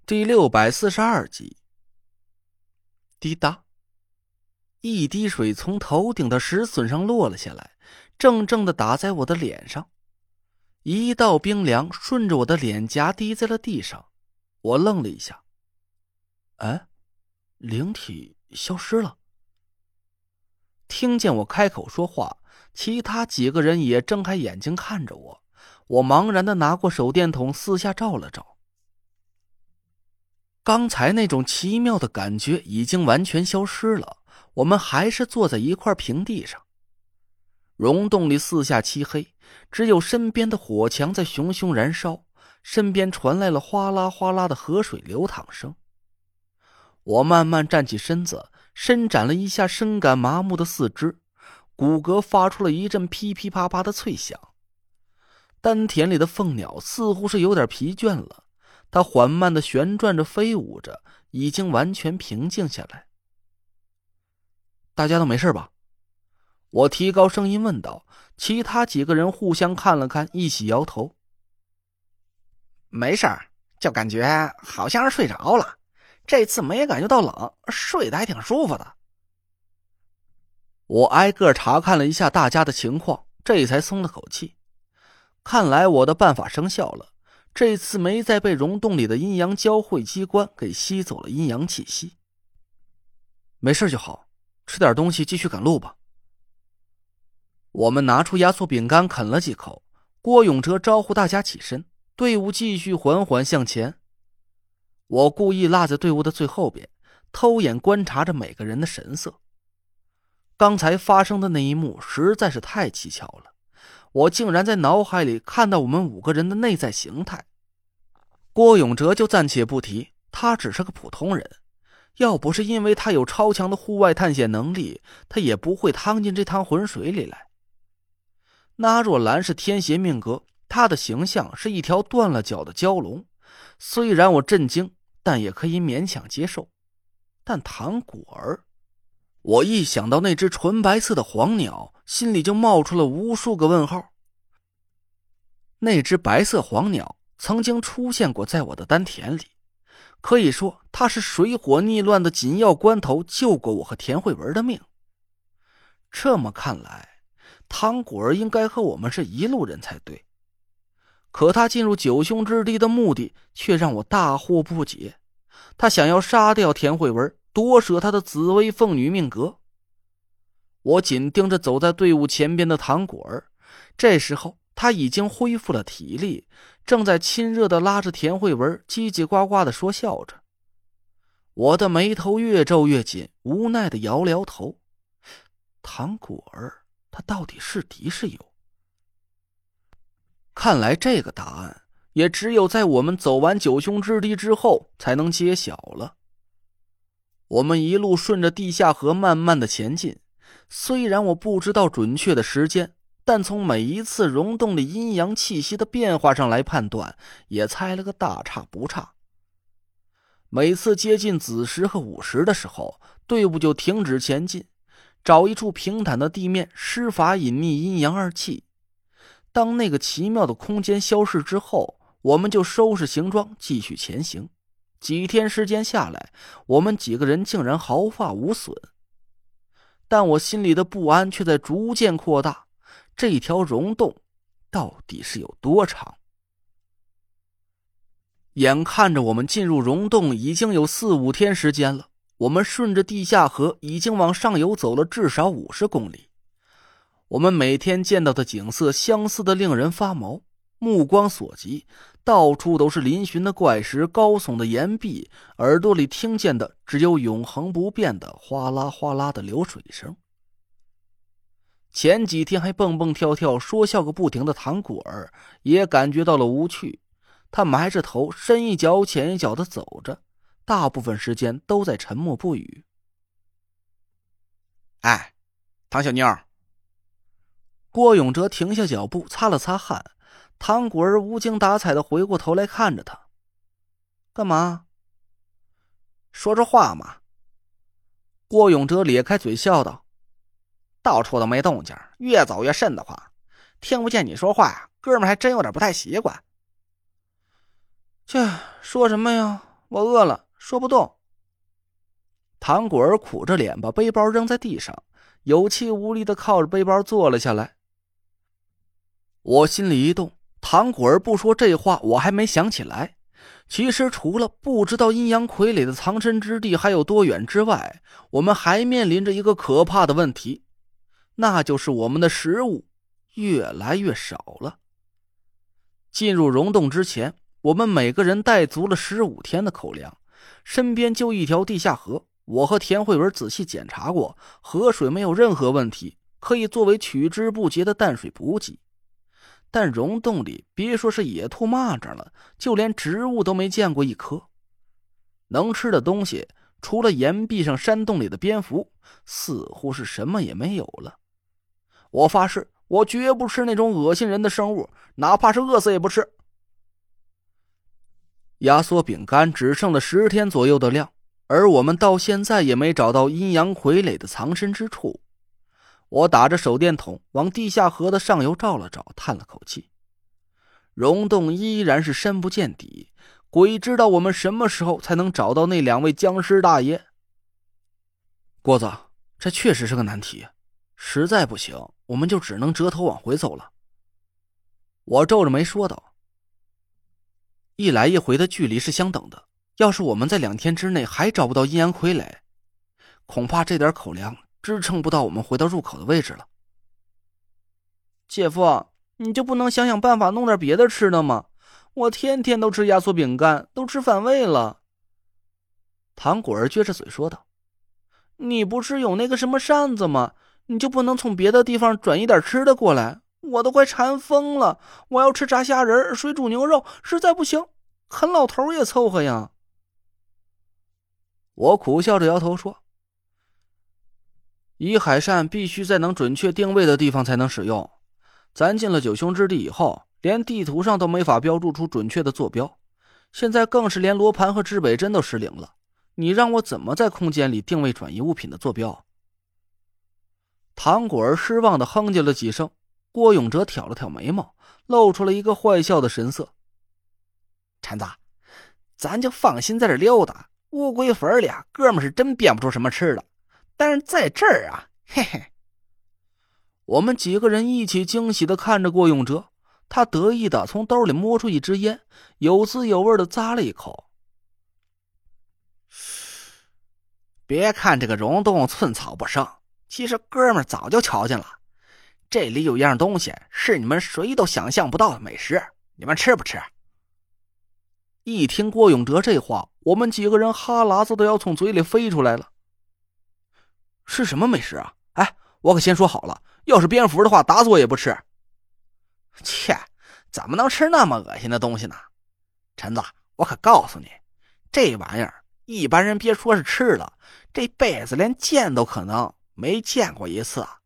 第642集。滴答，一滴水从头顶的石笋上落了下来，正正的打在我的脸上，一道冰凉顺着我的脸颊滴在了地上。我愣了一下，灵体消失了。听见我开口说话，其他几个人也睁开眼睛看着我。我茫然的拿过手电筒四下照了照，刚才那种奇妙的感觉已经完全消失了。我们还是坐在一块平地上，溶洞里四下漆黑，只有身边的火墙在熊熊燃烧，身边传来了哗啦哗啦的河水流淌声。我慢慢站起身子，伸展了一下深感麻木的四肢，骨骼发出了一阵噼噼啪啪的脆响。丹田里的凤鸟似乎是有点疲倦了，它缓慢地旋转着飞舞着，已经完全平静下来。大家都没事吧？我提高声音问道。其他几个人互相看了看，一起摇头。 没事儿，就感觉好像是睡着了，这次没感觉到冷，睡得还挺舒服的。 我挨个查看了一下大家的情况，这才松了口气。看来我的办法生效了，这次没再被溶洞里的阴阳交汇机关给吸走了阴阳气息。没事就好，吃点东西继续赶路吧。我们拿出压缩饼干啃了几口，郭永哲招呼大家起身，队伍继续缓缓向前。我故意落在队伍的最后边，偷眼观察着每个人的神色。刚才发生的那一幕实在是太蹊跷了，我竟然在脑海里看到我们5个人的内在形态。郭永哲就暂且不提，他只是个普通人，要不是因为他有超强的户外探险能力，他也不会趟进这趟浑水里来。那若兰是天邪命格，他的形象是一条断了脚的蛟龙，虽然我震惊，但也可以勉强接受。但唐果儿，我一想到那只纯白色的黄鸟，心里就冒出了无数个问号。那只白色黄鸟曾经出现过在我的丹田里，可以说它是水火逆乱的紧要关头救过我和田慧文的命。这么看来，唐果儿应该和我们是一路人才对。可他进入九凶之地的目的却让我大惑不解，他想要杀掉田慧文，夺舍他的紫薇凤女命格。我紧盯着走在队伍前边的唐果儿，这时候他已经恢复了体力，正在亲热地拉着田慧文，叽叽呱呱地说笑着。我的眉头越皱越紧，无奈地摇了摇头。唐果儿他到底是敌是友？看来这个答案也只有在我们走完九凶之地之后才能揭晓了。我们一路顺着地下河慢慢的前进，虽然我不知道准确的时间，但从每一次溶洞里阴阳气息的变化上来判断，也猜了个大差不差。每次接近子时和午时的时候，队伍就停止前进，找一处平坦的地面，施法隐匿阴阳二气。当那个奇妙的空间消失之后，我们就收拾行装继续前行。几天时间下来，我们几个人竟然毫发无损。但我心里的不安却在逐渐扩大，这条溶洞到底是有多长？眼看着我们进入溶洞已经有4、5天时间了，我们顺着地下河已经往上游走了至少50公里。我们每天见到的景色相似的令人发毛，目光所及，到处都是嶙峋的怪石、高耸的岩壁，耳朵里听见的只有永恒不变的哗啦哗啦的流水声。前几天还蹦蹦跳跳说笑个不停的唐果儿也感觉到了无趣，他埋着头深一脚浅一脚的走着，大部分时间都在沉默不语。 哎，唐小妞。 郭永哲停下脚步，擦了擦汗。唐果儿无精打采地回过头来看着他。干嘛？ 说着话嘛。 郭永哲咧开嘴笑道。 到处都没动静，越走越瘆得慌，听不见你说话呀，哥们还真有点不太习惯。 这说什么呀？ 我饿了，说不动。唐果儿苦着脸把背包扔在地上，有气无力地靠着背包坐了下来。我心里一动，唐果儿不说这话我还没想起来。其实除了不知道阴阳傀儡的藏身之地还有多远之外，我们还面临着一个可怕的问题，那就是我们的食物越来越少了。进入溶洞之前，我们每个人带足了15天的口粮，身边就一条地下河，我和田慧文仔细检查过，河水没有任何问题，可以作为取之不竭的淡水补给。但溶洞里别说是野兔蚂蚱了，就连植物都没见过一棵。能吃的东西除了岩壁上山洞里的蝙蝠，似乎是什么也没有了。我发誓，我绝不吃那种恶心人的生物，哪怕是饿死也不吃。压缩饼干只剩了10天左右的量，而我们到现在也没找到阴阳傀儡的藏身之处。我打着手电筒往地下河的上游照了照，叹了口气。溶洞依然是深不见底，鬼知道我们什么时候才能找到那2位僵尸大爷。郭子，这确实是个难题，实在不行我们就只能折头往回走了。我皱着眉说道。一来一回的距离是相等的，要是我们在2天之内还找不到阴阳傀儡，恐怕这点口粮支撑不到我们回到入口的位置了。姐夫，你就不能想想办法弄点别的吃的吗？我天天都吃压缩饼干，都吃反胃了。唐果儿撅着嘴说道。你不是有那个什么扇子吗？你就不能从别的地方转一点吃的过来？我都快馋疯了，我要吃炸虾仁、水煮牛肉，实在不行啃老头也凑合呀。我苦笑着摇头说，遗海扇必须在能准确定位的地方才能使用，咱进了九凶之地以后，连地图上都没法标注出准确的坐标，现在更是连罗盘和指北针都失灵了，你让我怎么在空间里定位转移物品的坐标？唐果儿失望地哼唧了几声，郭永哲挑了挑眉毛，露出了一个坏笑的神色。 陈子，咱就放心在这溜达，乌龟坟里啊，哥们是真变不出什么吃的，但是在这儿啊，嘿嘿。 我们几个人一起惊喜地看着郭永哲，他得意地从兜里摸出一支烟，有滋有味地咂了一口。 别看这个溶洞寸草不生，其实哥们早就瞧见了，这里有一样东西是你们谁都想象不到的美食，你们吃不吃？ 一听郭永哲这话，我们几个人哈喇子都要从嘴里飞出来了。是什么美食啊？哎，我可先说好了，要是蝙蝠的话，打死我也不吃。 切，怎么能吃那么恶心的东西呢？陈子，我可告诉你，这玩意儿一般人别说是吃了，这辈子连见都可能没见过一次。